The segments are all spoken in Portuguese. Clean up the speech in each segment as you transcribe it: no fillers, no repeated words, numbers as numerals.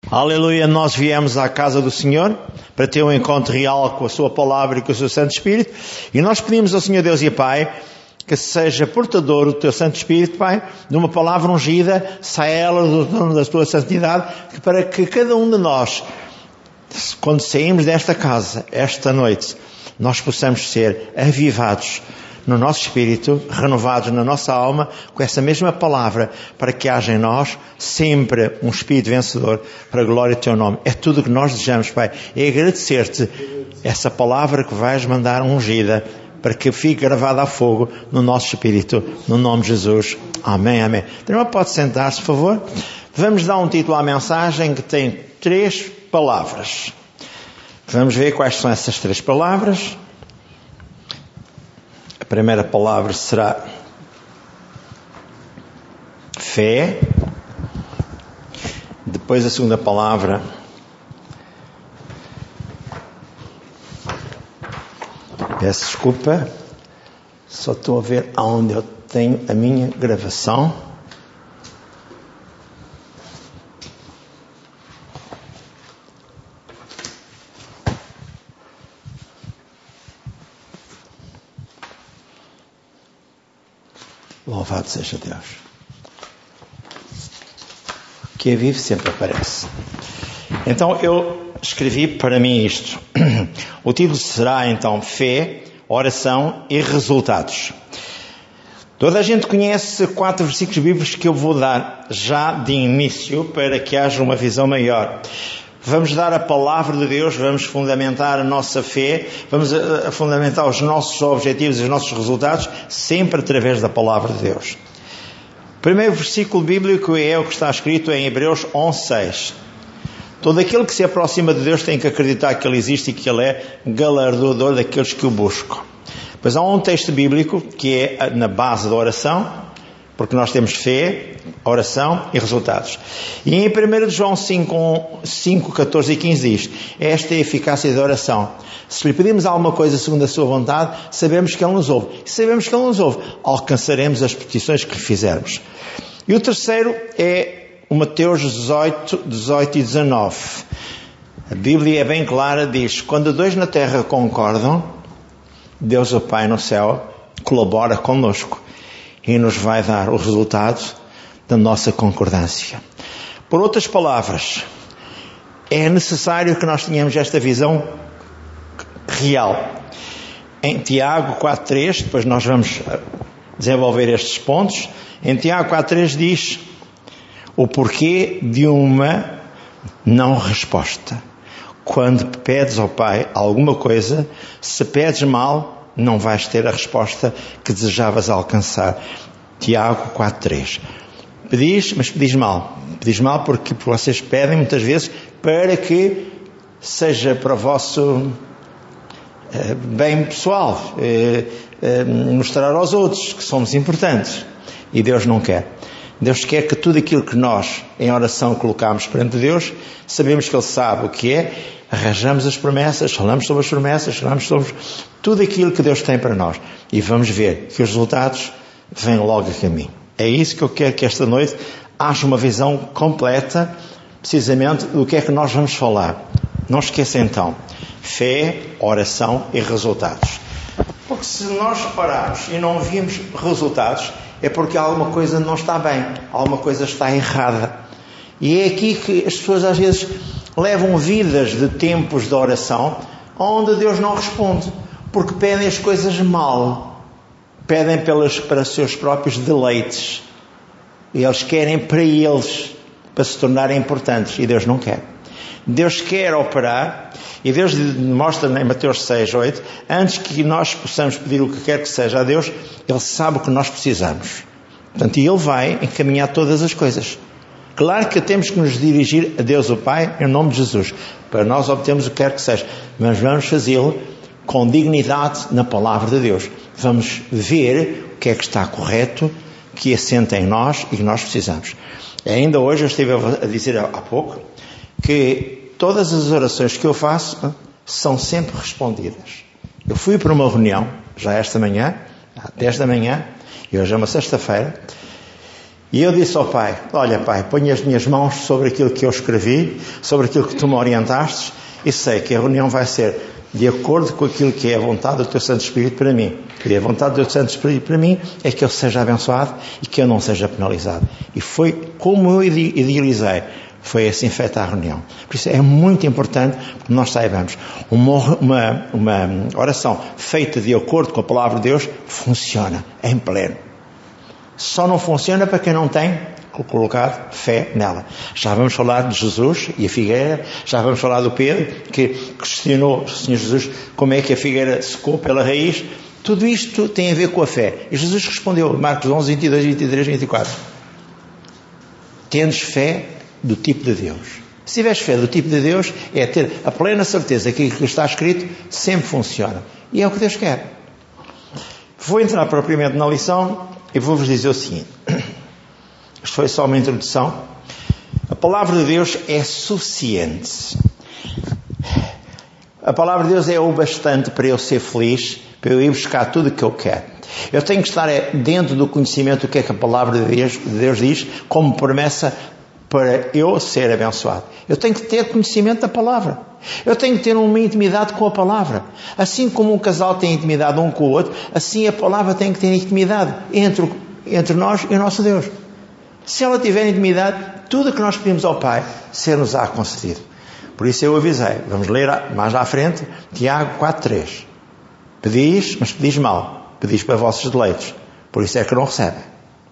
Aleluia, nós viemos à casa do Senhor para ter um encontro real com a Sua Palavra e com o Seu Santo Espírito, e nós pedimos ao Senhor Deus e Pai que seja portador do Teu Santo Espírito, Pai, de uma palavra ungida, saia ela do trono da Tua santidade, para que cada um de nós, quando saímos desta casa, esta noite, nós possamos ser avivados no nosso espírito, renovados na nossa alma, com essa mesma palavra, para que haja em nós sempre um espírito vencedor, para a glória do Teu nome. É tudo o que nós desejamos, Pai. É agradecer-Te essa palavra que vais mandar ungida, para que fique gravada a fogo no nosso espírito, no nome de Jesus. Amém, amém. Então, irmão, pode sentar-se, por favor. Vamos dar um título à mensagem que tem 3 palavras. Vamos ver quais são essas 3 palavras. A primeira palavra será fé. Depois a segunda palavra peço desculpa, só estou a ver aonde eu tenho a minha gravação. Louvado seja Deus. O que é vivo sempre aparece. Então eu escrevi para mim isto. O título será então Fé, Oração e Resultados. Toda a gente conhece 4 versículos bíblicos que eu vou dar já de início para que haja uma visão maior. Vamos dar a palavra de Deus, vamos fundamentar a nossa fé, vamos fundamentar os nossos objetivos e os nossos resultados sempre através da palavra de Deus. O primeiro versículo bíblico é o que está escrito em Hebreus 11:6. Todo aquele que se aproxima de Deus tem que acreditar que Ele existe e que Ele é galardoador daqueles que o buscam. Pois há um texto bíblico que é na base da oração, porque nós temos fé, oração e resultados. E em 1 João 5, 14 e 15 diz: esta é a eficácia da oração. Se lhe pedimos alguma coisa segundo a sua vontade, sabemos que Ele nos ouve. E sabemos que Ele nos ouve, alcançaremos as petições que lhe fizermos. E o terceiro é o Mateus 18 e 19. A Bíblia é bem clara, diz: quando 2 na terra concordam, Deus o Pai no céu colabora connosco e nos vai dar o resultado da nossa concordância. Por outras palavras, é necessário que nós tenhamos esta visão real. Em Tiago 4:3, depois nós vamos desenvolver estes pontos. Em Tiago 4:3 diz o porquê de uma não resposta. Quando pedes ao Pai alguma coisa, se pedes mal, não vais ter a resposta que desejavas alcançar. Tiago 4:3. Pedis, mas pedis mal. Pedis mal porque vocês pedem muitas vezes para que seja para o vosso bem pessoal, mostrar aos outros que somos importantes. E Deus não quer. Deus quer que tudo aquilo que nós em oração colocamos perante Deus, sabemos que Ele sabe o que é, arranjamos as promessas, falamos sobre as promessas, falamos sobre tudo aquilo que Deus tem para nós. E vamos ver que os resultados vêm logo a caminho. É isso que eu quero que esta noite haja uma visão completa, precisamente, do que é que nós vamos falar. Não esqueça então, fé, oração e resultados. Porque se nós pararmos e não vimos resultados, é porque alguma coisa não está bem, alguma coisa está errada. E é aqui que as pessoas às vezes levam vidas de tempos de oração onde Deus não responde, porque pedem as coisas mal, pedem para os seus próprios deleites, e eles querem para eles, para se tornarem importantes, e Deus não quer. Deus quer operar, e Deus mostra em Mateus 6:8, antes que nós possamos pedir o que quer que seja a Deus, Ele sabe o que nós precisamos. Portanto, e Ele vai encaminhar todas as coisas. Claro que temos que nos dirigir a Deus o Pai, em nome de Jesus, para nós obtermos o que quer que seja, mas vamos fazê-lo com dignidade na palavra de Deus. Vamos ver o que é que está correto, que assenta em nós e que nós precisamos. Ainda hoje eu estive a dizer há pouco que todas as orações que eu faço são sempre respondidas. Eu fui para uma reunião, já esta manhã, às 10 da manhã, e hoje é uma sexta-feira, E eu disse ao Pai, olha Pai, ponho as minhas mãos sobre aquilo que eu escrevi, sobre aquilo que tu me orientaste, e sei que a reunião vai ser de acordo com aquilo que é a vontade do Teu Santo Espírito para mim. E a vontade do Teu Santo Espírito para mim é que eu seja abençoado e que eu não seja penalizado. E foi como eu idealizei. Foi assim feita a reunião. Por isso é muito importante que nós saibamos. Uma oração feita de acordo com a palavra de Deus funciona em pleno. Só não funciona para quem não tem colocado fé nela. Já vamos falar de Jesus e a figueira, já vamos falar do Pedro, que questionou o Senhor Jesus como é que a figueira secou pela raiz. Tudo isto tem a ver com a fé. E Jesus respondeu, Marcos 11, 22, 23, 24. Tendes fé do tipo de Deus. Se tiveres fé do tipo de Deus, é ter a plena certeza que aquilo que está escrito sempre funciona. E é o que Deus quer. Vou entrar propriamente na lição e vou-vos dizer o seguinte. Isto foi só uma introdução. A palavra de Deus é suficiente. A palavra de Deus é o bastante para eu ser feliz, para eu ir buscar tudo o que eu quero. Eu tenho que estar dentro do conhecimento do que é que a palavra de Deus diz como promessa para eu ser abençoado. Eu tenho que ter conhecimento da palavra. Eu tenho que ter uma intimidade com a palavra. Assim como um casal tem intimidade um com o outro, assim a palavra tem que ter intimidade entre nós e o nosso Deus. Se ela tiver intimidade, tudo o que nós pedimos ao Pai ser-nos-á concedido. Por isso eu avisei. Vamos ler mais à frente, Tiago 4:3. Pedis, mas pedis mal. Pedis para vossos deleites. Por isso é que não recebem.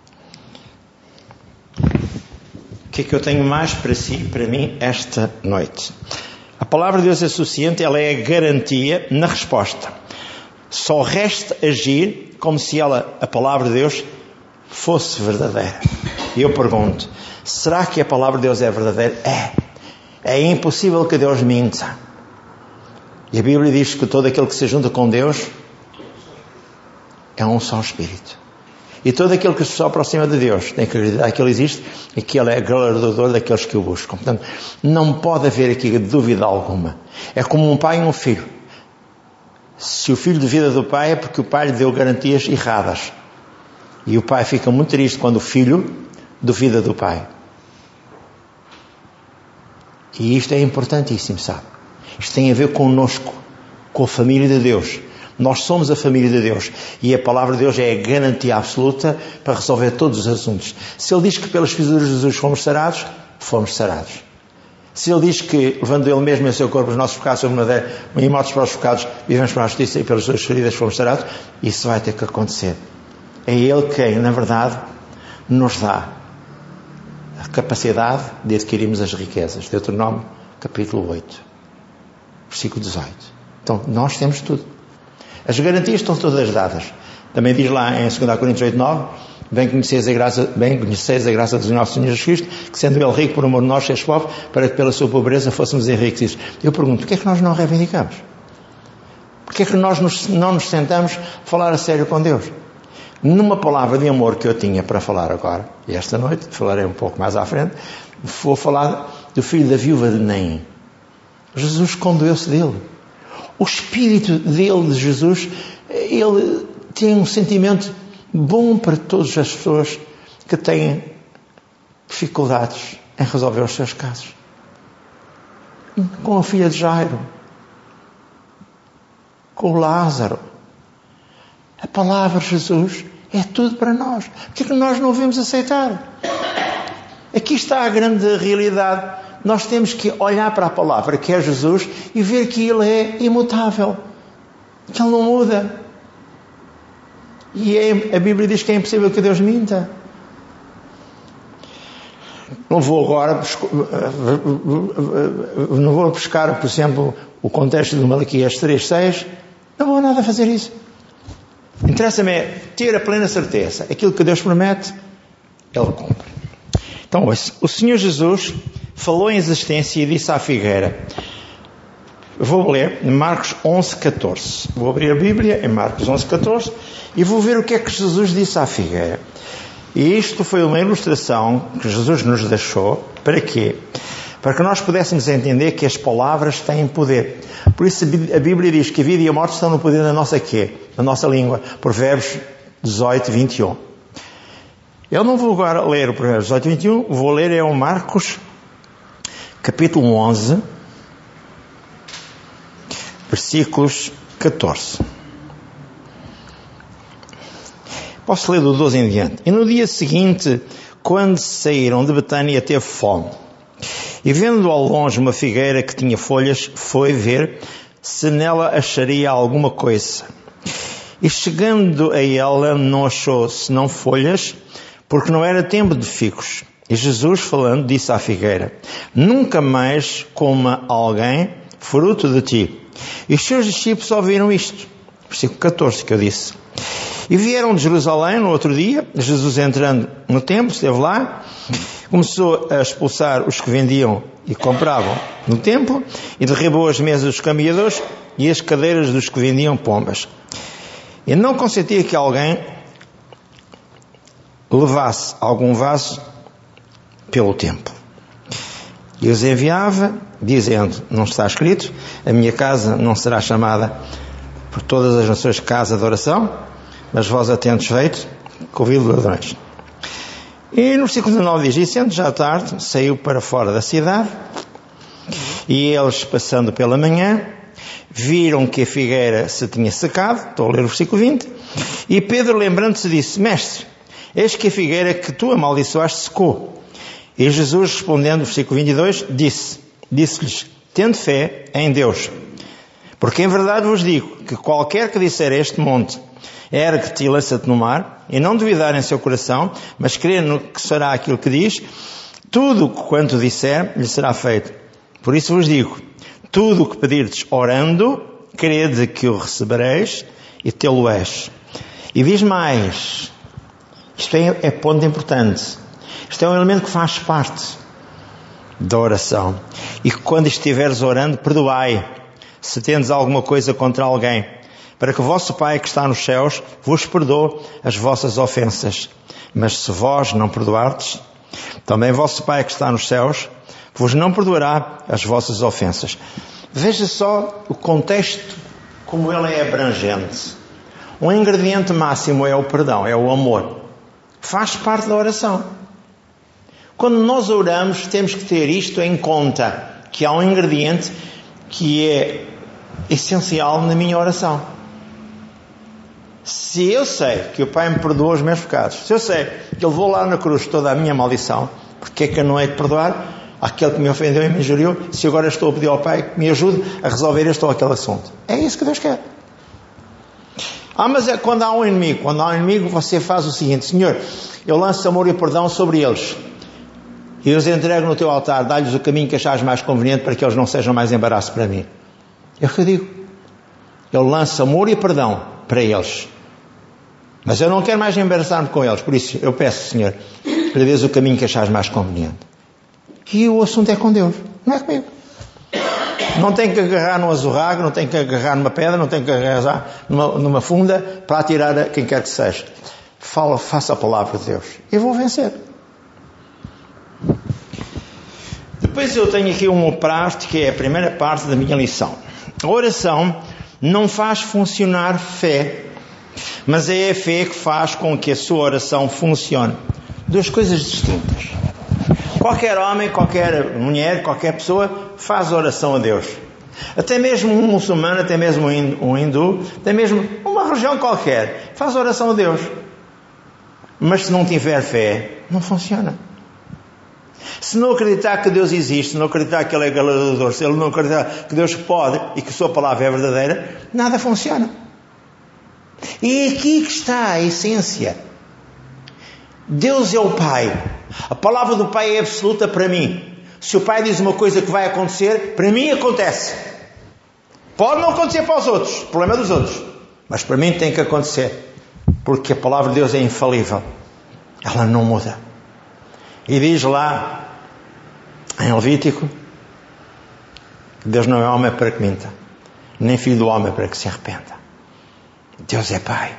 O que é que eu tenho mais para si, para mim, esta noite? A palavra de Deus é suficiente, ela é a garantia na resposta. Só resta agir como se a palavra de Deus, fosse verdadeira. E eu pergunto, será que a palavra de Deus é verdadeira? É impossível que Deus minta. E a Bíblia diz que todo aquele que se junta com Deus é um só Espírito. E todo aquele que se aproxima de Deus tem que acreditar que Ele existe e que Ele é galardoador daqueles que o buscam. Portanto, não pode haver aqui dúvida alguma. É como um pai e um filho. Se o filho duvida do pai é porque o pai lhe deu garantias erradas. E o pai fica muito triste quando o filho duvida do pai. E isto é importantíssimo, sabe? Isto tem a ver connosco, com a família de Deus. Nós somos a família de Deus. E a palavra de Deus é a garantia absoluta para resolver todos os assuntos. Se Ele diz que pelas pisaduras de Jesus fomos sarados, fomos sarados. Se Ele diz que, levando Ele mesmo em seu corpo os nossos pecados sobre madeira, e mortos para os pecados, vivemos para a justiça e pelas suas feridas fomos sarados, isso vai ter que acontecer. É Ele quem, na verdade, nos dá a capacidade de adquirirmos as riquezas. Deuteronômio, capítulo 8, versículo 18. Então, nós temos tudo. As garantias estão todas dadas. Também diz lá em 2 Coríntios 8:9, bem conheceis a graça do nosso Senhor Jesus Cristo, que sendo Ele rico por amor de nós, seres pobre, para que pela sua pobreza fôssemos enriquecidos. Eu pergunto, porquê é que nós não reivindicamos? Porquê é que nós não nos sentamos a falar a sério com Deus? Numa palavra de amor que eu tinha para falar agora, e esta noite, falarei um pouco mais à frente, vou falar do filho da viúva de Naim. Jesus escondeu-se dele. O espírito dele, de Jesus, ele tem um sentimento bom para todas as pessoas que têm dificuldades em resolver os seus casos. Com a filha de Jairo, com o Lázaro. A palavra de Jesus é tudo para nós. Porque é que nós não devemos aceitar? Aqui está a grande realidade. Nós temos que olhar para a palavra, que é Jesus, e ver que Ele é imutável. Que Ele não muda. E a Bíblia diz que é impossível que Deus minta. Não vou agora buscar, por exemplo, o contexto de Malaquias 3:6. Não vou nada fazer isso. Interessa-me ter a plena certeza. Aquilo que Deus promete, Ele cumpre. Então, o Senhor Jesus falou em existência e disse à figueira. Vou ler em Marcos 11:14. Vou abrir a Bíblia em Marcos 11:14 e vou ver o que é que Jesus disse à figueira. E isto foi uma ilustração que Jesus nos deixou. Para quê? Para que nós pudéssemos entender que as palavras têm poder. Por isso a Bíblia diz que a vida e a morte estão no poder da nossa quê? Da nossa língua. Provérbios 18:21. Eu não vou agora ler o Provérbios 18 e 21, vou ler o Marcos, capítulo 11, versículos 14. Posso ler do 12 em diante. E no dia seguinte, quando saíram de Betânia, teve fome. E vendo ao longe uma figueira que tinha folhas, foi ver se nela acharia alguma coisa. E chegando a ela, não achou senão folhas, porque não era tempo de figos. E Jesus, falando, disse à figueira: nunca mais coma alguém fruto de ti. E os seus discípulos ouviram isto. Versículo 14 que eu disse. E vieram de Jerusalém no outro dia. Jesus, entrando no templo, esteve lá, começou a expulsar os que vendiam e compravam no templo, e derribou as mesas dos cambiadores e as cadeiras dos que vendiam pombas. E não consentia que alguém levasse algum vaso pelo templo. E os enviava, dizendo: não está escrito, a minha casa não será chamada por todas as nações casa de oração, mas vós a tendes feito covil de ladrões. E no versículo 19 diz: e sendo já tarde, saiu para fora da cidade, e eles, passando pela manhã, viram que a figueira se tinha secado. Estou a ler o versículo 20. E Pedro, lembrando-se, disse: mestre, eis que a figueira que tu amaldiçoaste secou. E Jesus, respondendo, versículo 22, disse-lhes: tende fé em Deus, porque em verdade vos digo que qualquer que disser a este monte: ergue-te e lança-te no mar, e não duvidar em seu coração, mas crer no que será aquilo que diz, tudo quanto disser lhe será feito. Por isso vos digo: tudo o que pedirdes orando, crede que o recebereis e tê-lo-és. E diz mais, isto é ponto importante, isto é um elemento que faz parte da oração. E quando estiveres orando, perdoai, se tendes alguma coisa contra alguém, para que o vosso Pai que está nos céus vos perdoe as vossas ofensas. Mas se vós não perdoardes, também vosso Pai que está nos céus vos não perdoará as vossas ofensas. Veja só o contexto, como ele é abrangente. Um ingrediente máximo é o perdão, é o amor. Faz parte da oração. Quando nós oramos, temos que ter isto em conta, que há um ingrediente que é essencial na minha oração. Se eu sei que o Pai me perdoou os meus pecados, se eu sei que Ele levou lá na cruz toda a minha maldição, porque é que eu não hei de perdoar aquele que me ofendeu e me injuriou, se agora estou a pedir ao Pai que me ajude a resolver este ou aquele assunto? É isso que Deus quer. Mas é quando há um inimigo, você faz o seguinte: Senhor, eu lanço amor e perdão sobre eles, e os entrego no teu altar, dá-lhes o caminho que achares mais conveniente, para que eles não sejam mais embaraço para mim. É o que eu digo. Eu lanço amor e perdão para eles, mas eu não quero mais embaraçar-me com eles. Por isso eu peço, Senhor, para veres o caminho que achares mais conveniente. E o assunto é com Deus, não é comigo. Não tem que agarrar num azorrago, não tem que agarrar numa pedra, não tem que agarrar numa funda para atirar a quem quer que seja. Faça a palavra de Deus. Eu vou vencer. Depois eu tenho aqui uma parte que é a primeira parte da minha lição. A oração não faz funcionar fé, mas é a fé que faz com que a sua oração funcione. Duas coisas distintas. Qualquer homem, qualquer mulher, qualquer pessoa faz oração a Deus. Até mesmo um muçulmano, até mesmo um hindu, até mesmo uma religião qualquer, faz oração a Deus. Mas se não tiver fé, não funciona. Se não acreditar que Deus existe, se não acreditar que Ele é galardoador, se ele não acreditar que Deus pode e que a sua palavra é verdadeira, nada funciona. E é aqui que está a essência. Deus é o Pai. A palavra do Pai é absoluta para mim. Se o Pai diz uma coisa que vai acontecer, para mim acontece. Pode não acontecer para os outros, o problema é dos outros, mas para mim tem que acontecer, porque a palavra de Deus é infalível, ela não muda. E diz lá em Levítico que Deus não é homem para que minta, nem filho do homem para que se arrependa. Deus é Pai.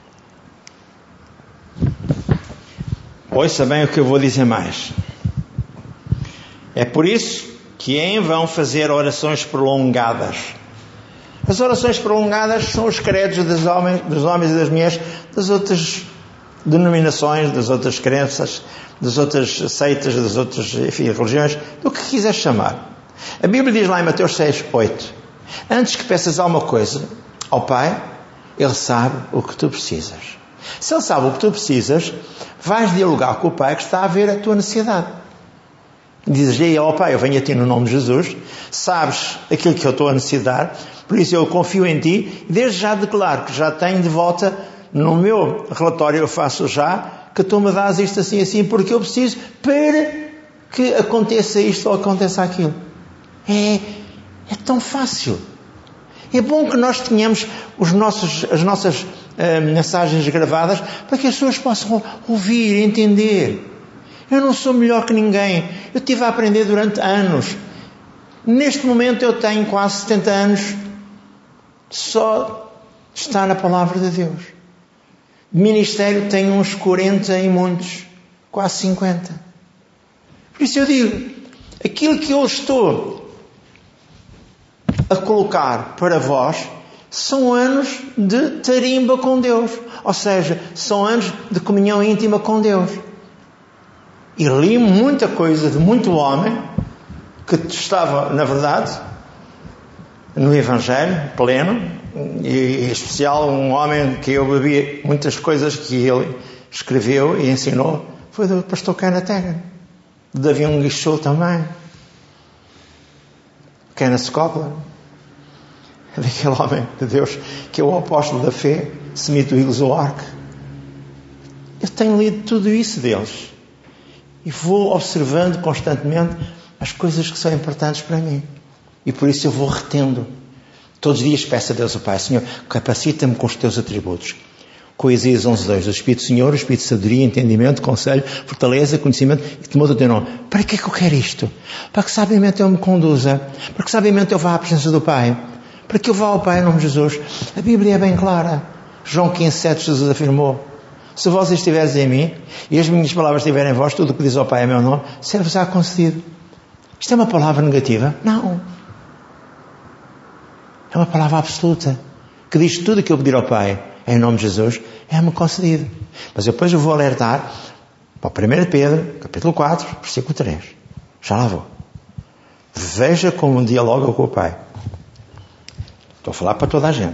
Ouça bem o que eu vou dizer mais. É por isso que é em vão fazer orações prolongadas. As orações prolongadas são os credos dos homens e das mulheres das outras denominações, das outras crenças, das outras seitas, das outras, enfim, religiões, do que quiseres chamar. A Bíblia diz lá em Mateus 6:8: antes que peças alguma coisa ao Pai, Ele sabe o que tu precisas. Se Ele sabe o que tu precisas, vais dialogar com o Pai que está a ver a tua necessidade. Dizes: ei, ó Pai, eu venho a Ti no nome de Jesus, sabes aquilo que eu estou a necessitar, por isso eu confio em Ti, e desde já declaro que já tenho de volta, no meu relatório eu faço já, que tu me dás isto assim, assim, porque eu preciso para que aconteça isto ou aconteça aquilo. É tão fácil. É bom que nós tenhamos as nossas mensagens gravadas para que as pessoas possam ouvir, entender. Eu não sou melhor que ninguém. Eu estive a aprender durante anos. Neste momento eu tenho quase 70 anos. Só está na palavra de Deus. De ministério tenho uns 40 e muitos. Quase 50. Por isso eu digo, aquilo que eu estou a colocar para vós são anos de tarimba com Deus. Ou seja, são anos de comunhão íntima com Deus. E li muita coisa de muito homem que estava, na verdade, no Evangelho pleno, e em especial um homem que eu bebi muitas coisas que ele escreveu e ensinou, foi do pastor Kenneth Hagin, de Davi Guichot também, Kenneth Copeland, daquele homem de Deus que é o apóstolo da fé, Smith Wigglesworth. Eu tenho lido tudo isso deles. E vou observando constantemente as coisas que são importantes para mim. E por isso eu vou retendo. Todos os dias peço a Deus o Pai: Senhor, capacita-me com os teus atributos. Com Isaías 11:2, o Espírito do Senhor, o Espírito de sabedoria, entendimento, conselho, fortaleza, conhecimento e temor do teu nome. Para que é que eu quero isto? Para que sabiamente eu me conduza. Para que sabiamente eu vá à presença do Pai. Para que eu vá ao Pai em nome de Jesus. A Bíblia é bem clara. João 15:7, Jesus afirmou: se vós estiveres em mim e as minhas palavras estiverem em vós, tudo o que diz ao Pai em meu nome, ser-vos-á concedido. Isto é uma palavra negativa? Não. É uma palavra absoluta, que diz tudo o que eu pedir ao Pai em nome de Jesus, é-me concedido. Mas depois eu vou alertar para o 1 Pedro, capítulo 4, versículo 3. Já lá vou. Veja como dialoga com o Pai. Estou a falar para toda a gente.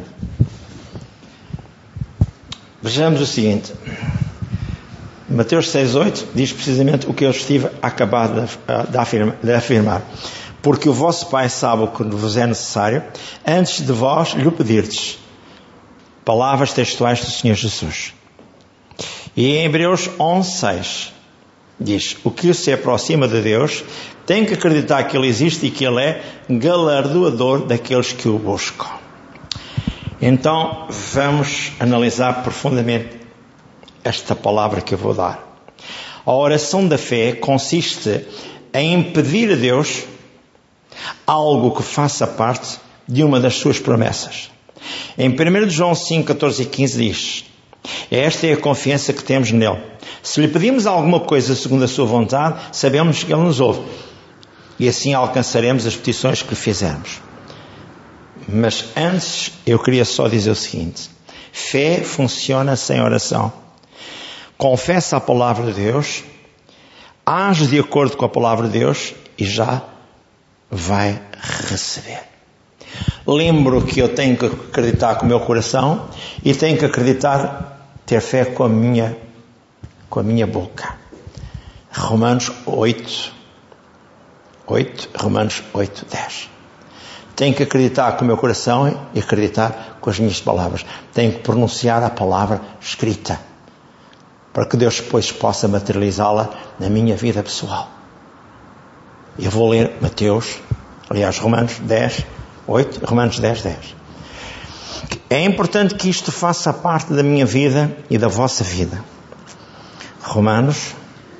Vejamos o seguinte. Mateus 6:8 diz precisamente o que eu estive a acabar de afirmar. Porque o vosso Pai sabe o que vos é necessário, antes de vós lhe pedirdes. Palavras textuais do Senhor Jesus. E em Hebreus 11:6 diz: o que se aproxima de Deus tem que acreditar que Ele existe e que Ele é galardoador daqueles que o buscam. Então, vamos analisar profundamente esta palavra que eu vou dar. A oração da fé consiste em pedir a Deus algo que faça parte de uma das suas promessas. Em 1 João 5, 14 e 15 diz: esta é a confiança que temos nele. Se lhe pedimos alguma coisa segundo a sua vontade, sabemos que Ele nos ouve. E assim alcançaremos as petições que lhe fizermos. Mas antes eu queria só dizer o seguinte: fé funciona sem oração. Confessa a palavra de Deus, age de acordo com a palavra de Deus e já vai receber. Lembro que eu tenho que acreditar com o meu coração e tenho que acreditar, ter fé com a minha boca. Romanos 8:10. Tenho que acreditar com o meu coração e acreditar com as minhas palavras. Tenho que pronunciar a palavra escrita, para que Deus depois possa materializá-la na minha vida pessoal. Eu vou ler Romanos 10:10. É importante que isto faça parte da minha vida e da vossa vida. Romanos.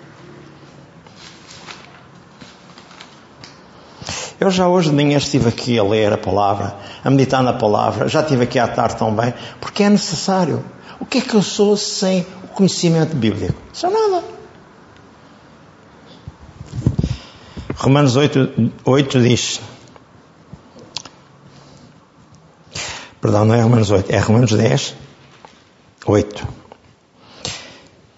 Eu já hoje de manhã estive aqui a ler a palavra, a meditar na palavra, já estive aqui à tarde também, porque é necessário. O que é que eu sou sem o conhecimento bíblico? Sou nada. Romanos 8 diz... Perdão, não é Romanos 8, é Romanos 10:8.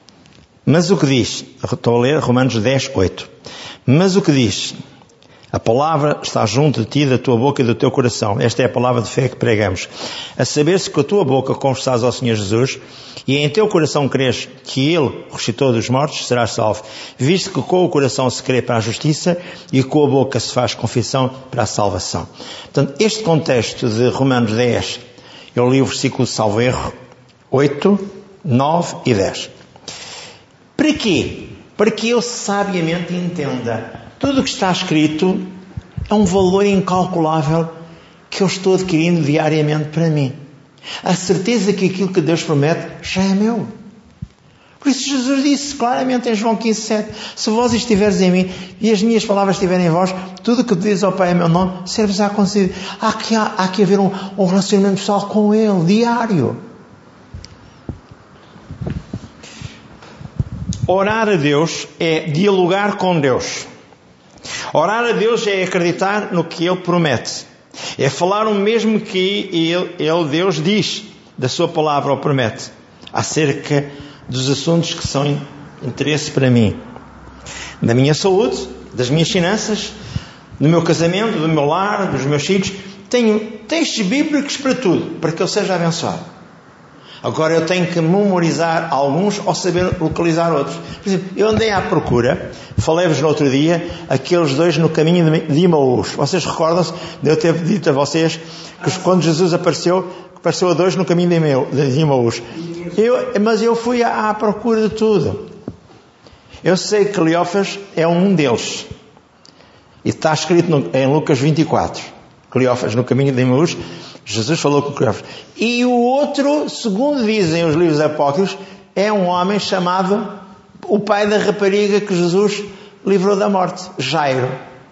Mas o que diz? Estou a ler Romanos 10, 8. Mas o que diz? A palavra está junto de ti, da tua boca e do teu coração. Esta é a palavra de fé que pregamos. A saber, se com a tua boca confessares ao Senhor Jesus e em teu coração creres que Ele ressuscitou dos mortos, serás salvo. Visto que com o coração se crê para a justiça e com a boca se faz confissão para a salvação. Portanto, este contexto de Romanos 10, eu li o versículo, salvo erro, 8, 9 e 10. Para quê? Para que eu sabiamente entenda. Tudo o que está escrito é um valor incalculável que eu estou adquirindo diariamente para mim. A certeza que aquilo que Deus promete já é meu. Por isso Jesus disse claramente em João 15, 7, se vós estiveres em mim e as minhas palavras estiverem em vós, tudo o que pedis ao Pai em meu nome, ser-vos-á concedido. Há que haver um relacionamento pessoal com Ele, diário. Orar a Deus é dialogar com Deus. Orar a Deus é acreditar no que Ele promete. É falar o mesmo que Ele, Deus, diz da sua palavra ou promete acerca dos assuntos que são de interesse para mim. Da minha saúde, das minhas finanças, do meu casamento, do meu lar, dos meus filhos. Tenho textos bíblicos para tudo, para que eu seja abençoado. Agora eu tenho que memorizar alguns ou saber localizar outros. Por exemplo, eu andei à procura, falei-vos no outro dia, aqueles dois no caminho de Emaús. Vocês recordam-se de eu ter dito a vocês que quando Jesus apareceu a dois no caminho de Emaús. Mas eu fui à procura de tudo. Eu sei que Cleófas é um deles. E está escrito em Lucas 24. Cleófas no caminho de Emaús. Jesus falou com Cleófas. E o outro, segundo dizem os livros apócrifos, é um homem chamado o pai da rapariga que Jesus livrou da morte, Jairo.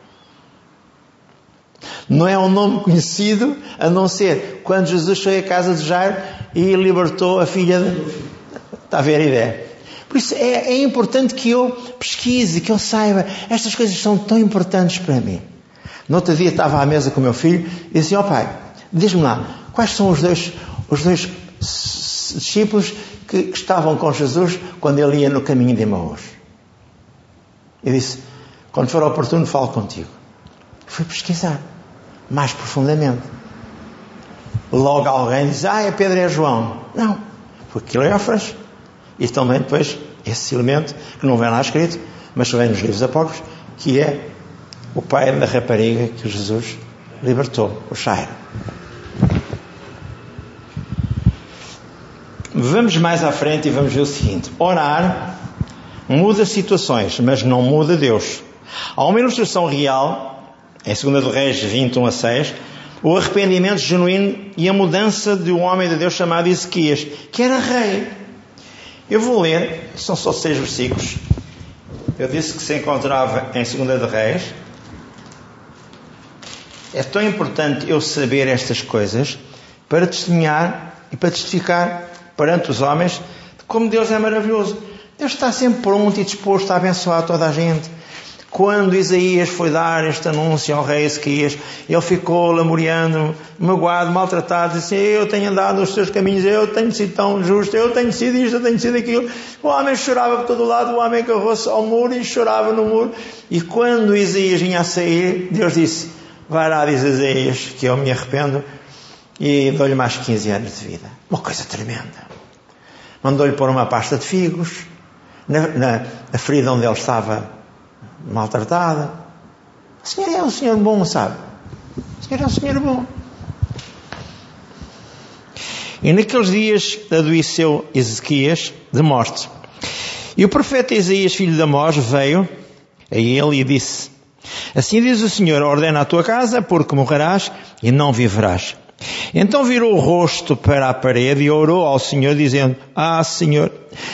Não é um nome conhecido, a não ser quando Jesus foi à casa de Jairo e libertou a filha de... Está a ver a ideia? Por isso é importante que eu pesquise, que eu saiba. Estas coisas são tão importantes para mim. No outro dia estava à mesa com o meu filho e disse, pai, diz-me lá, quais são os dois discípulos que estavam com Jesus quando ele ia no caminho de Emaús? Eu disse, quando for oportuno falo contigo. Fui pesquisar mais profundamente. Logo alguém diz, é Pedro e é João. Não, foi Cleófas e também depois esse elemento que não vem lá escrito, mas vem nos livros apócrifos, que é o pai da rapariga que Jesus libertou, o Jairo. Vamos mais à frente e vamos ver o seguinte. Orar muda situações, mas não muda Deus. Há uma ilustração real, em 2 Reis 21-6, o arrependimento genuíno e a mudança de um homem de Deus chamado Ezequias, que era rei. Eu vou ler, são só 6 versículos. Eu disse que se encontrava em 2 Reis. É tão importante eu saber estas coisas para testemunhar e para testificar perante os homens de como Deus é maravilhoso. Deus está sempre pronto e disposto a abençoar toda a gente. Quando Isaías foi dar este anúncio ao rei Ezequias, ele ficou lamuriando, magoado, maltratado, disse, eu tenho andado nos teus caminhos, eu tenho sido tão justo, eu tenho sido isto, eu tenho sido aquilo. O homem chorava por todo lado, o homem agarrou-se ao muro e chorava no muro. E quando Isaías vinha a sair, Deus disse, vai lá, diz Isaías, que eu me arrependo e dou-lhe mais 15 anos de vida. Uma coisa tremenda. Mandou-lhe pôr uma pasta de figos na ferida onde ele estava maltratada. O Senhor é um Senhor bom, sabe? O Senhor é um Senhor bom. E naqueles dias adoeceu Ezequias de morte. E o profeta Isaías, filho de Amós, veio a ele e disse, assim diz o Senhor, ordena a tua casa, porque morrerás e não viverás. Então virou o rosto para a parede e orou ao Senhor, dizendo, Senhor,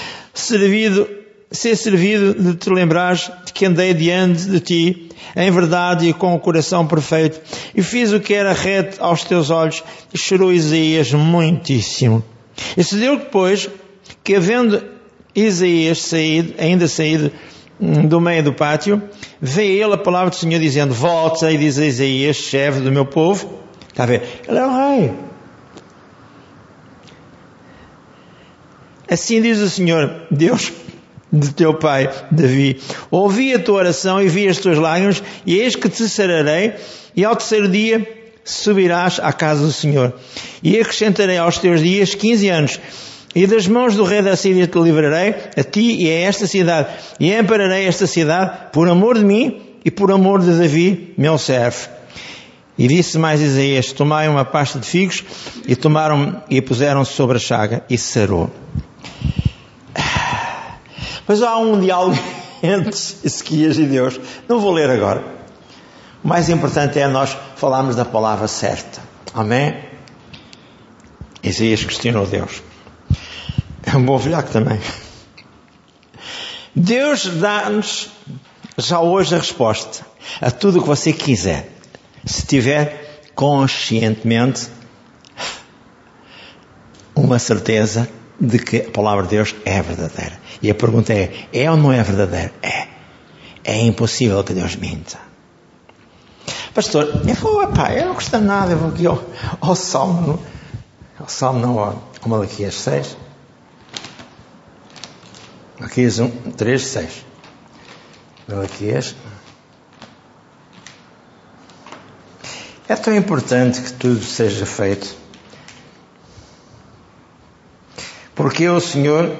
ser servido de te lembrares de que andei diante de ti, em verdade e com o coração perfeito, e fiz o que era reto aos teus olhos. E chorou Isaías muitíssimo. E sucedeu depois que, havendo Isaías ainda saído do meio do pátio, veio ele a palavra do Senhor dizendo, volta e diz a Isaías, chefe do meu povo. Está a ver? Ele é o rei. Assim diz o Senhor, Deus, de teu pai Davi. Ouvi a tua oração e vi as tuas lágrimas, e eis que te sararei, e ao terceiro dia subirás à casa do Senhor. E acrescentarei aos teus dias 15 anos, e das mãos do rei da Síria te livrarei, a ti e a esta cidade, e ampararei esta cidade por amor de mim e por amor de Davi, meu servo. E disse mais Isaías: tomai uma pasta de figos, e tomaram e puseram-se sobre a chaga, e sarou. Mas há um diálogo entre Ezequias e Deus. Não vou ler agora. O mais importante é nós falarmos da palavra certa. Amém? Isaías questionou Deus. É um bom velhaco também. Deus dá-nos já hoje a resposta a tudo o que você quiser, se tiver conscientemente uma certeza de que a palavra de Deus é verdadeira. E a pergunta é ou não é verdadeira? É. É impossível que Deus minta. Pastor, eu não gosto de nada, eu vou aqui ao Salmo, ao Malaquias 6. Malaquias 3, 6. Malaquias. É tão importante que tudo seja feito. Porque eu, o Senhor,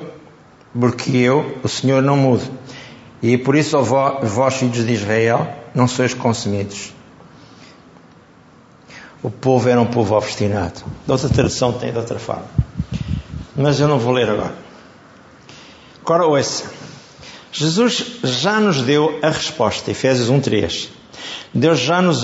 não mudo. E por isso, vós, filhos de Israel, não sois consumidos. O povo era um povo obstinado. De outra tradução tem de outra forma. Mas eu não vou ler agora. Agora ouça. Jesus já nos deu a resposta. Efésios 1:3. Deus já nos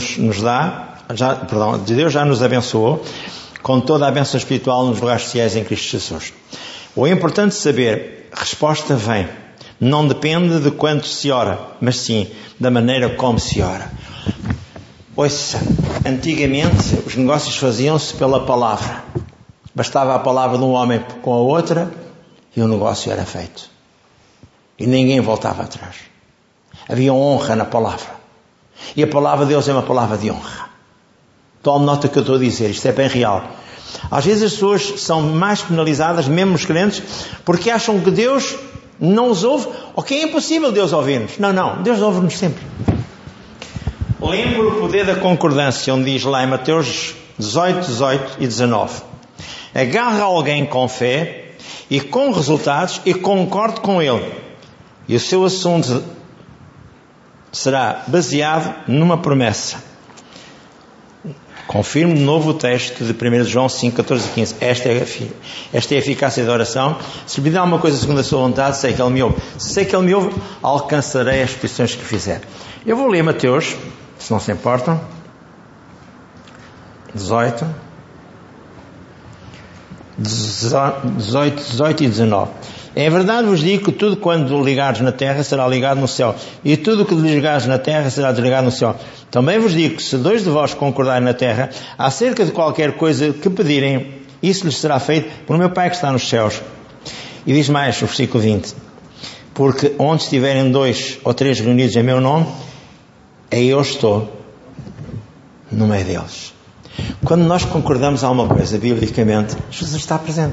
abençoou com toda a bênção espiritual nos lugares sociais em Cristo Jesus. O importante saber, a resposta vem. Não depende de quanto se ora, mas sim da maneira como se ora. Ouça, antigamente os negócios faziam-se pela palavra. Bastava a palavra de um homem com a outra e o negócio era feito. E ninguém voltava atrás. Havia honra na palavra. E a palavra de Deus é uma palavra de honra. Tome nota que eu estou a dizer, isto é bem real. Às vezes as pessoas são mais penalizadas, mesmo os crentes, porque acham que Deus não os ouve, ou que é impossível Deus ouvir-nos. Não, Deus ouve-nos sempre. Lembro o poder da concordância, onde diz lá em Mateus 18, 18 e 19. Agarra alguém com fé e com resultados e concorde com ele. E o seu assunto será baseado numa promessa. Confirmo de novo o texto de 1 João 5, 14 e 15. Esta é a eficácia da oração. Se me dá uma coisa segundo a sua vontade, sei que Ele me ouve. Se sei que Ele me ouve, alcançarei as petições que fizer. Eu vou ler Mateus, se não se importam. 18 e 19. Em verdade vos digo que tudo quanto ligares na terra será ligado no céu, e tudo que desligares na terra será desligado no céu. Também vos digo que se dois de vós concordarem na terra acerca de qualquer coisa que pedirem, isso lhes será feito por meu Pai que está nos céus. E diz mais o versículo 20. Porque onde estiverem 2 ou 3 reunidos em meu nome, aí eu estou no meio deles. Quando nós concordamos alguma coisa, biblicamente, Jesus está presente.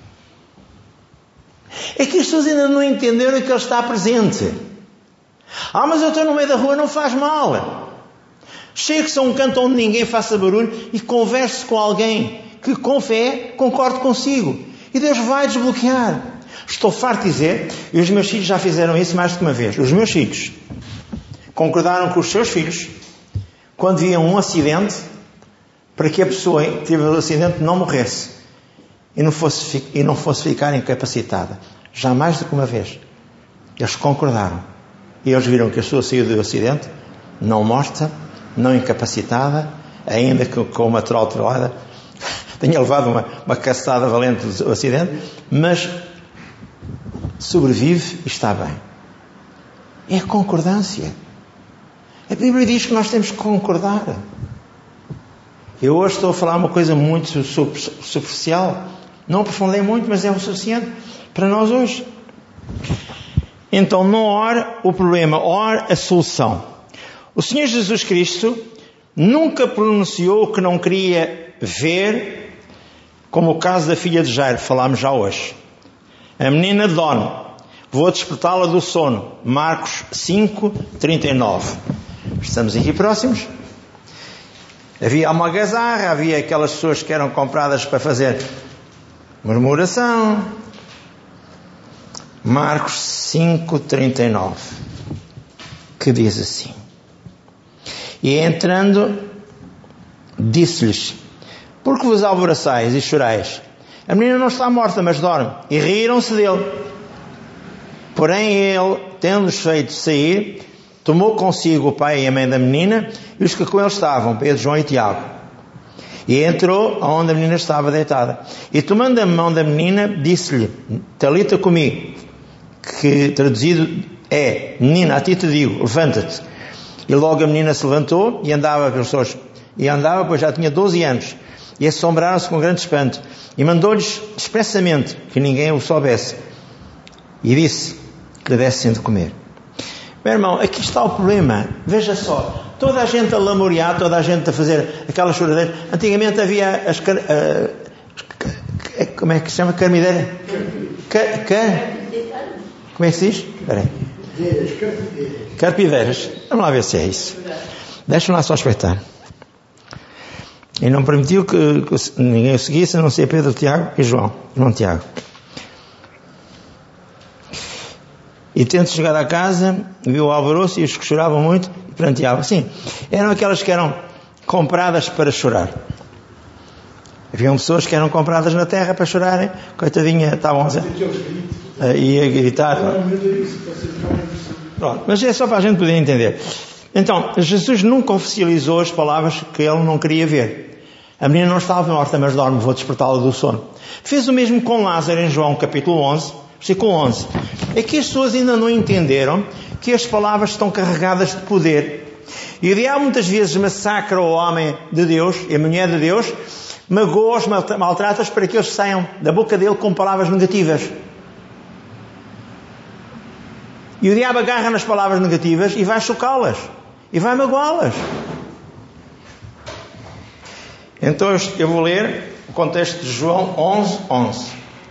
É que as pessoas ainda não entenderam que Ele está presente. Mas eu estou no meio da rua, não faz mal. Chegue-se a um canto onde ninguém faça barulho e converse com alguém que com fé concorde consigo. E Deus vai desbloquear. Estou farto de dizer, e os meus filhos já fizeram isso mais de uma vez. Os meus filhos concordaram com os seus filhos quando viam um acidente para que a pessoa que teve o acidente não morresse e não fosse ficar incapacitada. Já mais do que uma vez. Eles concordaram. E eles viram que a pessoa saiu do acidente não morta, não incapacitada, ainda que com uma trautelada, tenha levado uma caçada valente do acidente, mas sobrevive e está bem. É a concordância. A Bíblia diz que nós temos que concordar. Eu hoje estou a falar uma coisa muito superficial. Não aprofundei muito, mas é o suficiente para nós hoje. Então não ore o problema, ore a solução. O Senhor Jesus Cristo nunca pronunciou o que não queria ver, como o caso da filha de Jairo, falámos já hoje. A menina dorme. vou despertá-la do sono. Marcos 5:39. Estamos aqui próximos. Havia uma algazarra, havia aquelas pessoas que eram compradas para fazer murmuração. Marcos 5:39, que diz assim: e entrando, disse-lhes: por que vos alvoroçais e chorais? A menina não está morta, mas dorme. E riram-se dele. Porém ele, tendo-os feito sair, tomou consigo o pai e a mãe da menina e os que com ele estavam, Pedro, João e Tiago. E entrou aonde a menina estava deitada. E tomando a mão da menina, disse-lhe: Talita cumi, que traduzido é: menina, a ti te digo, levanta-te. E logo a menina se levantou e andava, pois já tinha 12 anos. E assombraram-se com grande espanto. E mandou-lhes expressamente que ninguém o soubesse. E disse que lhe dessem de comer. Meu irmão, aqui está o problema. Veja só, toda a gente a lamorear, toda a gente a fazer aquelas choradeiras. Antigamente havia as como é que se chama? Carmideira? Como é que se diz? Espera aí. Carpideiras. Vamos lá ver se é isso. Deixa-me lá só espreitar. E não permitiu que ninguém o seguisse, a não ser Pedro, Tiago e João Tiago. E tendo chegado à casa, viu o alvoroço e os que choravam muito e pranteavam. Sim, eram aquelas que eram compradas para chorar. Haviam pessoas que eram compradas na terra para chorarem. Coitadinha, estavam a gritar. Pronto, mas é só para a gente poder entender. Então, Jesus nunca oficializou as palavras que ele não queria ver. A menina não estava morta, mas dorme, vou despertá-la do sono. Fez o mesmo com Lázaro em João capítulo 11, versículo 11. É que as pessoas ainda não entenderam que as palavras estão carregadas de poder. E o diabo muitas vezes massacra o homem de Deus e a mulher de Deus, magoa-os, maltrata-os para que eles saiam da boca dele com palavras negativas. E o diabo agarra nas palavras negativas e vai chocá-las. E vai magoá-las. Então eu vou ler o contexto de João 11:11.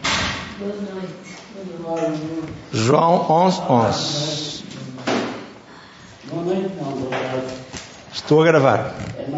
João 11:11. Estou a gravar.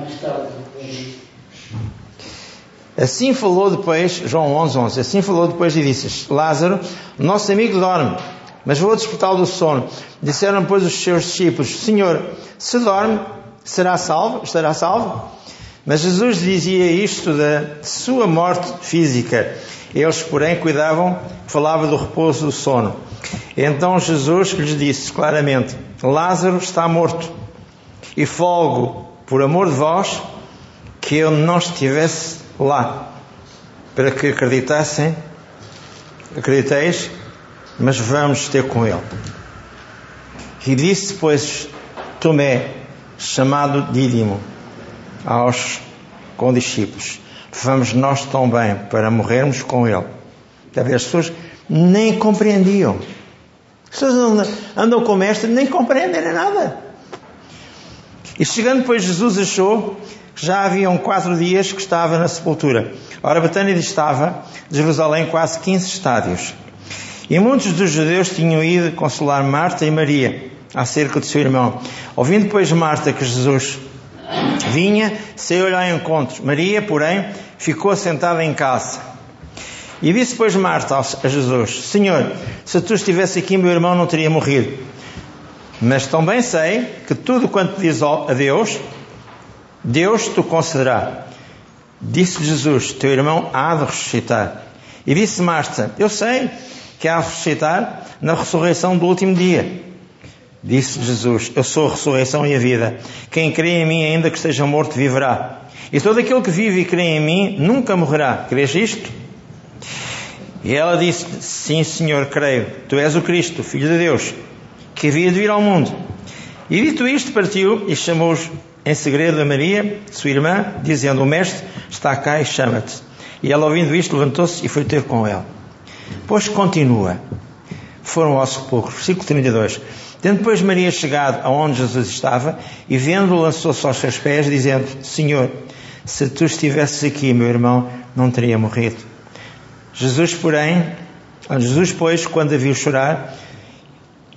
Assim falou depois, João 11:11. Assim falou depois e disse: Lázaro, nosso amigo dorme, mas vou despertá-lo do sono. Disseram, pois, os seus discípulos: Senhor, se dorme, estará salvo? Mas Jesus dizia isto da sua morte física. Eles, porém, falava do repouso do sono. Então Jesus lhes disse claramente: Lázaro está morto. E folgo, por amor de vós, que eu não estivesse lá, para que acrediteis, mas vamos ter com ele. E disse, pois, Tomé, chamado Dídimo, aos condiscípulos: vamos nós também para morrermos com ele. As pessoas nem compreendiam. As pessoas andam com o mestre, nem compreendem nada. E chegando, pois, Jesus achou que já haviam 4 dias que estava na sepultura. Ora, Betânia distava de Jerusalém quase 15 estádios. E muitos dos judeus tinham ido consolar Marta e Maria acerca do seu irmão. Ouvindo, pois, Marta que Jesus vinha, saiu-lhe ao encontro. Maria, porém, ficou sentada em casa. E disse, pois, Marta a Jesus: Senhor, se tu estivesse aqui, meu irmão não teria morrido. Mas também sei que tudo quanto diz a Deus, Deus te concederá. Disse Jesus: teu irmão há de ressuscitar. E disse Marta: eu sei que há de ressuscitar na ressurreição do último dia. Disse Jesus: eu sou a ressurreição e a vida. Quem crê em mim, ainda que esteja morto, viverá. E todo aquele que vive e crê em mim nunca morrerá. Crês isto? E ela disse: sim, Senhor, creio. Tu és o Cristo, o Filho de Deus, que havia de vir ao mundo. E dito isto, partiu e chamou-os em segredo a Maria, sua irmã, dizendo: o mestre está cá e chama-te. E ela, ouvindo isto, levantou-se e foi ter com ele. Pois continua. Foram ao sepulcro. Versículo 32. Tendo depois Maria chegado aonde Jesus estava, e vendo-o, lançou-se aos seus pés, dizendo: Senhor, se tu estivesses aqui, meu irmão não teria morrido. Jesus, pois, quando a viu chorar,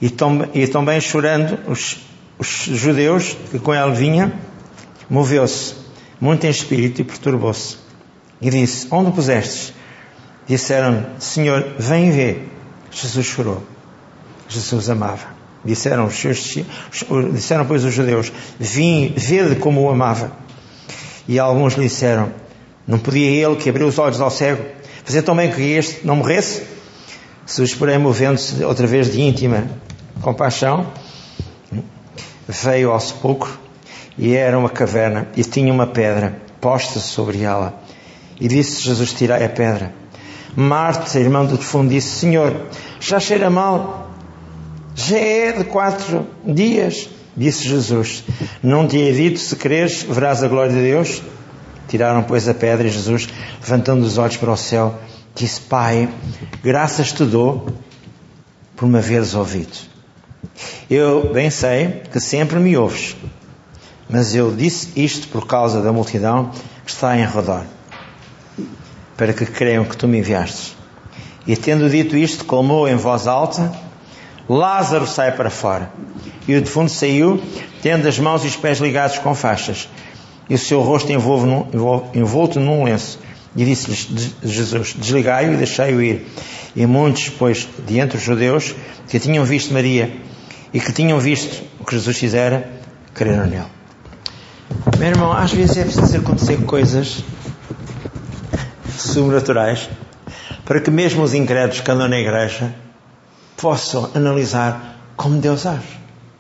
E também chorando, os judeus que com ele vinham, moveu-se muito em espírito e perturbou-se. E disse: onde o pusestes? Disseram: Senhor, vem ver. Jesus chorou. Jesus amava. Disseram, pois, os judeus: vim, vede como o amava. E alguns lhe disseram: não podia ele, que abriu os olhos ao cego, fazer também que este não morresse? Jesus, porém, movendo-se outra vez de íntima compaixão, veio ao sepulcro, e era uma caverna, e tinha uma pedra posta sobre ela. E disse Jesus: tirai a pedra. Marta, irmã do defunto, disse: Senhor, já cheira mal, já é de 4 dias. Disse Jesus: não te hei dito, se creres, verás a glória de Deus? Tiraram, pois, a pedra, e Jesus, levantando os olhos para o céu, disse: Pai, graças te dou por me haveres ouvido. Eu bem sei que sempre me ouves, mas eu disse isto por causa da multidão que está em redor, para que creiam que tu me enviastes. E tendo dito isto, clamou em voz alta: Lázaro, sai para fora. E o defunto saiu, tendo as mãos e os pés ligados com faixas, e o seu rosto envolto num lenço. E disse-lhes Jesus: desligai-o e deixai-o ir. E muitos, pois, de entre os judeus que tinham visto Maria e que tinham visto o que Jesus fizera, creram nele. Meu irmão, às vezes é preciso acontecer coisas sobrenaturais para que mesmo os incrédulos que andam na igreja possam analisar como Deus age.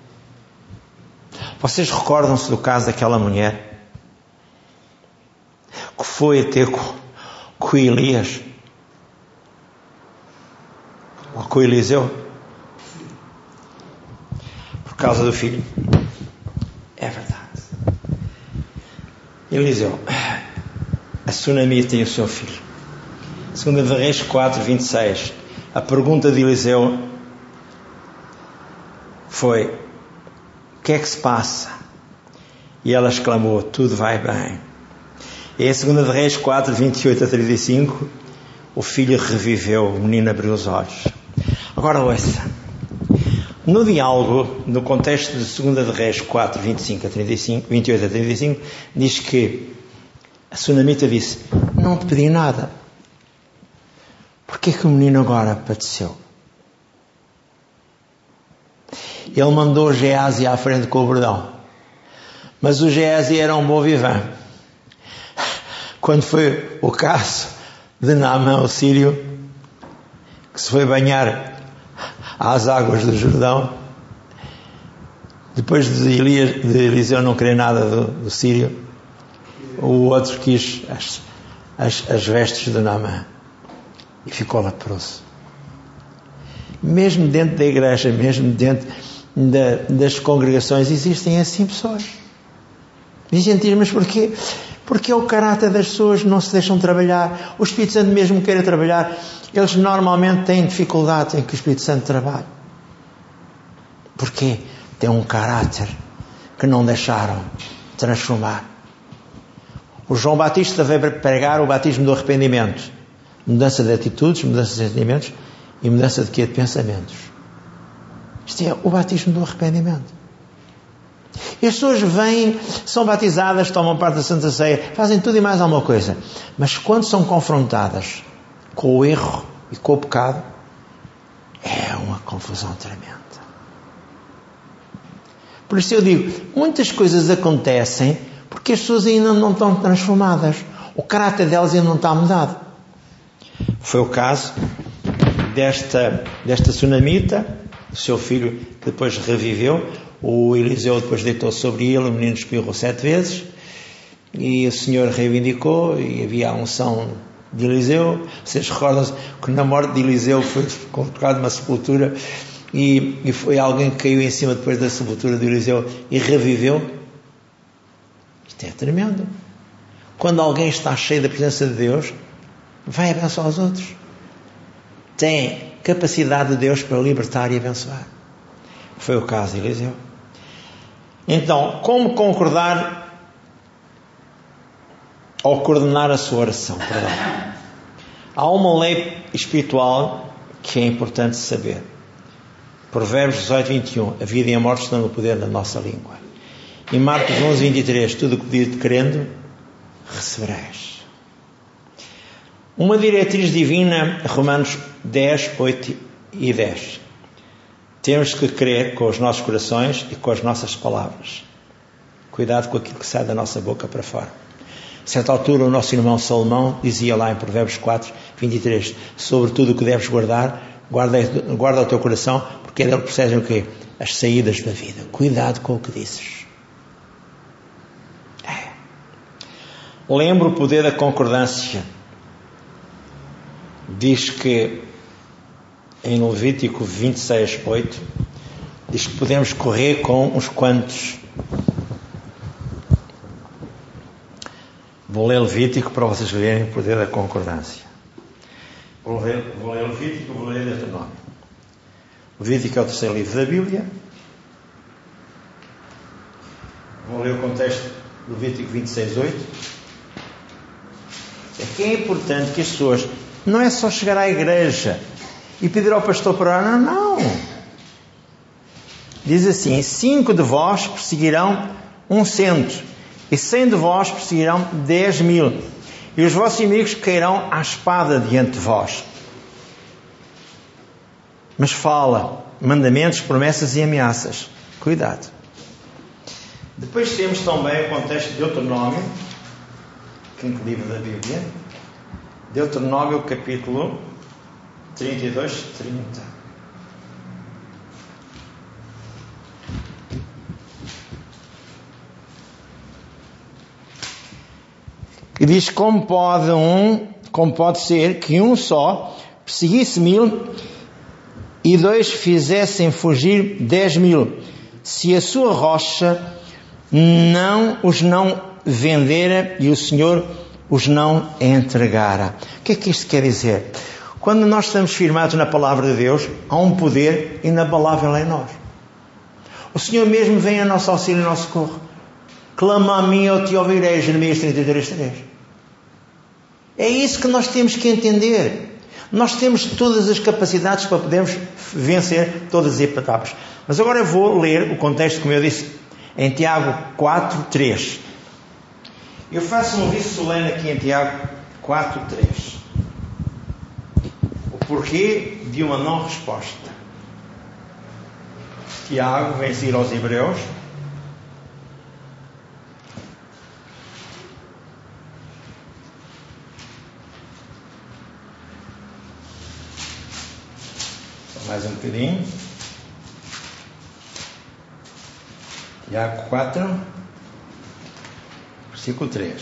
Vocês recordam-se do caso daquela mulher que foi a ter com Elias, ou com Eliseu, por causa do filho? É verdade. Eliseu, a sunamita e o seu filho. 2 Reis 4:26. A pergunta de Eliseu foi: o que é que se passa? E ela exclamou: tudo vai bem. E em 2 Reis 4:28-35, o filho reviveu, o menino abriu os olhos. Agora ouça, no diálogo, no contexto de 2 Reis 4:28-35, diz que a sunamita disse: não te pedi nada, porquê que o menino agora padeceu? Ele mandou Geazi à frente com o bordão, mas o Geazi era um bom vivant. Quando foi o caso de Naamã, o sírio, que se foi banhar às águas do Jordão, depois de Eliseu não querer nada do sírio, o outro quis as vestes de Naamã e ficou leproso. Mesmo dentro da igreja, mesmo dentro das congregações, existem assim pessoas. E a gente diz: mas porquê? Porque é o caráter das pessoas, não se deixam trabalhar. O Espírito Santo mesmo queira trabalhar, eles normalmente têm dificuldade em que o Espírito Santo trabalhe. Porquê? Tem um caráter que não deixaram transformar. O João Batista veio pregar o batismo do arrependimento. Mudança de atitudes, mudança de sentimentos e mudança de quê? De pensamentos. Isto é o batismo do arrependimento. E as pessoas vêm, são batizadas, tomam parte da Santa Ceia, fazem tudo e mais alguma coisa. Mas quando são confrontadas com o erro e com o pecado, é uma confusão tremenda. Por isso eu digo, muitas coisas acontecem porque as pessoas ainda não estão transformadas. O caráter delas ainda não está mudado. Foi o caso desta sunamita, o seu filho que depois reviveu. O Eliseu depois deitou sobre ele, o menino espirrou 7 vezes, e o Senhor reivindicou, e havia a unção de Eliseu. Vocês recordam-se que na morte de Eliseu foi colocado uma sepultura, e foi alguém que caiu em cima depois da sepultura de Eliseu e reviveu. Isto é tremendo. Quando alguém está cheio da presença de Deus, vai abençoar os outros. Tem capacidade de Deus para libertar e abençoar. Foi o caso de Eliseu. Então, como concordar ou coordenar a sua oração? Há uma lei espiritual que é importante saber. Provérbios 18, 21. A vida e a morte estão no poder da nossa língua. E Marcos 11, 23. Tudo o que pedir querendo, receberás. Uma diretriz divina, Romanos 10, 8 e 10. Temos que crer com os nossos corações e com as nossas palavras. Cuidado com aquilo que sai da nossa boca para fora. A certa altura, o nosso irmão Salomão dizia lá em Provérbios 4, 23, sobre tudo o que deves guardar, guarda o teu coração, porque é dele que procedem o quê? As saídas da vida. Cuidado com o que dizes. Lembra o poder da concordância. Diz que em Levítico 26, 8, diz que podemos correr com uns quantos. Vou ler Levítico para vocês verem o poder da concordância. Vou ler Levítico, vou ler Deuteronômio. Levítico é o terceiro livro da Bíblia. Vou ler o contexto do Levítico 26, 8. É que é importante que as pessoas, não é só chegar à igreja e pedir ao pastor para orar, não. Diz assim: 5 de vós perseguirão 100, e 100 de vós perseguirão 10.000, e os vossos inimigos cairão à espada diante de vós. Mas fala, mandamentos, promessas e ameaças. Cuidado. Depois temos também o contexto de Deuteronômio, quinto livro da Bíblia. Deuteronômio, capítulo 32, 30. Que diz: como pode ser que um só perseguisse 1.000 e 2 fizessem fugir 10.000, se a sua rocha os não vendera e o Senhor os não entregara. O que é que isto quer dizer? Quando nós estamos firmados na palavra de Deus, há um poder inabalável em nós. O Senhor mesmo vem a nosso auxílio e nosso socorro. Clama a mim, eu te ouvirei. Jeremias 33, 3. É isso que nós temos que entender. Nós temos todas as capacidades para podermos vencer todas as etapas. Mas agora eu vou ler o contexto, como eu disse, em Tiago 4, 3. Eu faço um aviso solene aqui em Tiago 4, 3. O porquê de uma não resposta. Tiago vem seguir aos Hebreus. Mais um bocadinho. Tiago 4, versículo 3.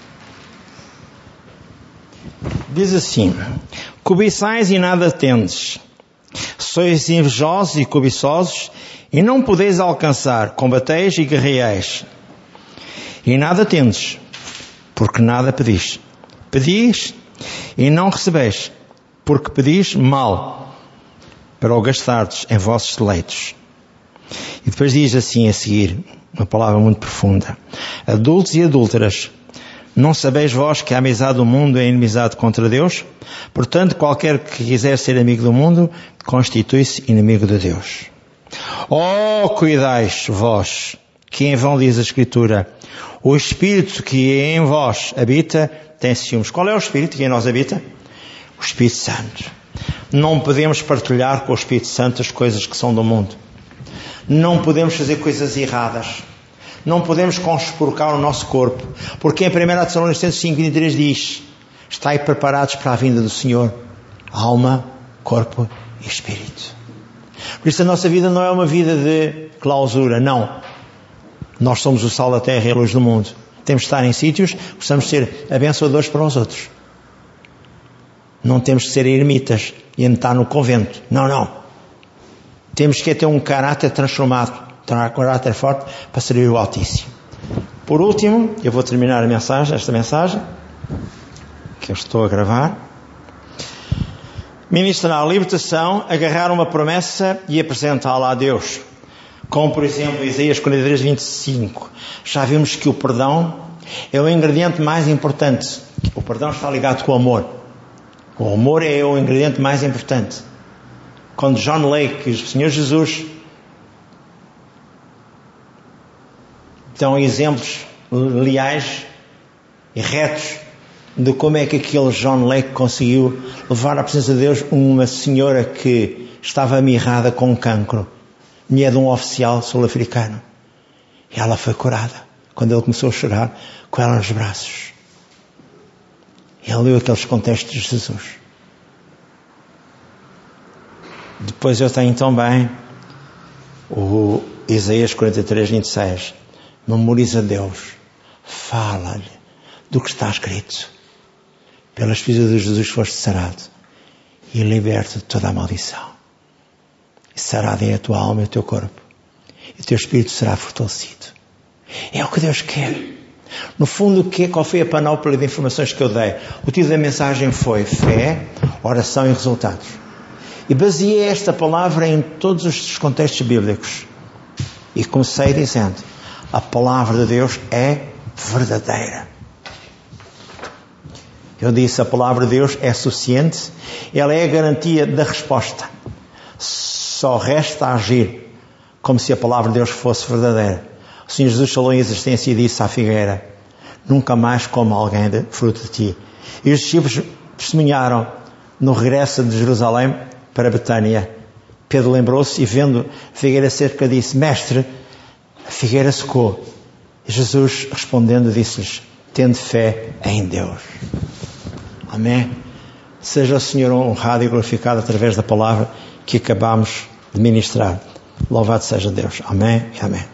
Diz assim: cobiçais e nada tendes, sois invejosos e cobiçosos, e não podeis alcançar, combateis e guerreais, e nada tendes, porque nada pedis. Pedis e não recebeis, porque pedis mal, para o gastardes em vossos deleitos. E depois diz assim a seguir, uma palavra muito profunda: adultos e adúlteras, não sabeis vós que a amizade do mundo é inimizade contra Deus? Portanto, qualquer que quiser ser amigo do mundo, constitui-se inimigo de Deus. Oh, cuidais vós, que em vão diz a Escritura, o Espírito que em vós habita tem ciúmes. Qual é o Espírito que em nós habita? O Espírito Santo. Não podemos partilhar com o Espírito Santo as coisas que são do mundo. Não podemos fazer coisas erradas. Não podemos conspurcar o nosso corpo. Porque em 1 Tessalonicenses 5:23 diz: estai preparados para a vinda do Senhor, alma, corpo e espírito. Por isso a nossa vida não é uma vida de clausura, não. Nós somos o sal da terra e a luz do mundo. Temos de estar em sítios que possamos ser abençoadores para os outros. Não temos que ser ermitas e entrar no convento. Não. Temos que ter um caráter transformado, um caráter forte para servir o Altíssimo. Por último, eu vou terminar esta mensagem que eu estou a gravar. Ministrar a libertação, agarrar uma promessa e apresentá-la a Deus. Como, por exemplo, Isaías 43, 25. Já vimos que o perdão é o ingrediente mais importante. O perdão está ligado com o amor. O amor é o ingrediente mais importante. quando John Lake e o Senhor Jesus dão exemplos leais e retos de como é que aquele John Lake conseguiu levar à presença de Deus uma senhora que estava mirrada com cancro, mulher de um oficial sul-africano, e ela foi curada quando ele começou a chorar com ela nos braços. E ele leu aqueles contextos de Jesus. Depois eu tenho também o Isaías 43, 26. Memoriza Deus, fala-lhe do que está escrito. Pelas feridas de Jesus foste sarado e liberto de toda a maldição. E sarado é a tua alma e o teu corpo. E o teu espírito será fortalecido. É o que Deus quer. No fundo, qual foi a panóplia de informações que eu dei? O título da mensagem foi Fé, Oração e Resultados. E baseei esta palavra em todos os contextos bíblicos. E comecei dizendo, a palavra de Deus é verdadeira. Eu disse, a palavra de Deus é suficiente, ela é a garantia da resposta. Só resta agir como se a palavra de Deus fosse verdadeira. O Senhor Jesus falou em existência e disse à figueira, nunca mais como alguém de fruto de ti. E os discípulos testemunharam no regresso de Jerusalém para Betânia. Pedro lembrou-se e vendo a figueira seca disse, Mestre, a figueira secou. E Jesus respondendo disse-lhes, tende fé em Deus. Amém? Seja o Senhor honrado e glorificado através da palavra que acabamos de ministrar. Louvado seja Deus. Amém e amém.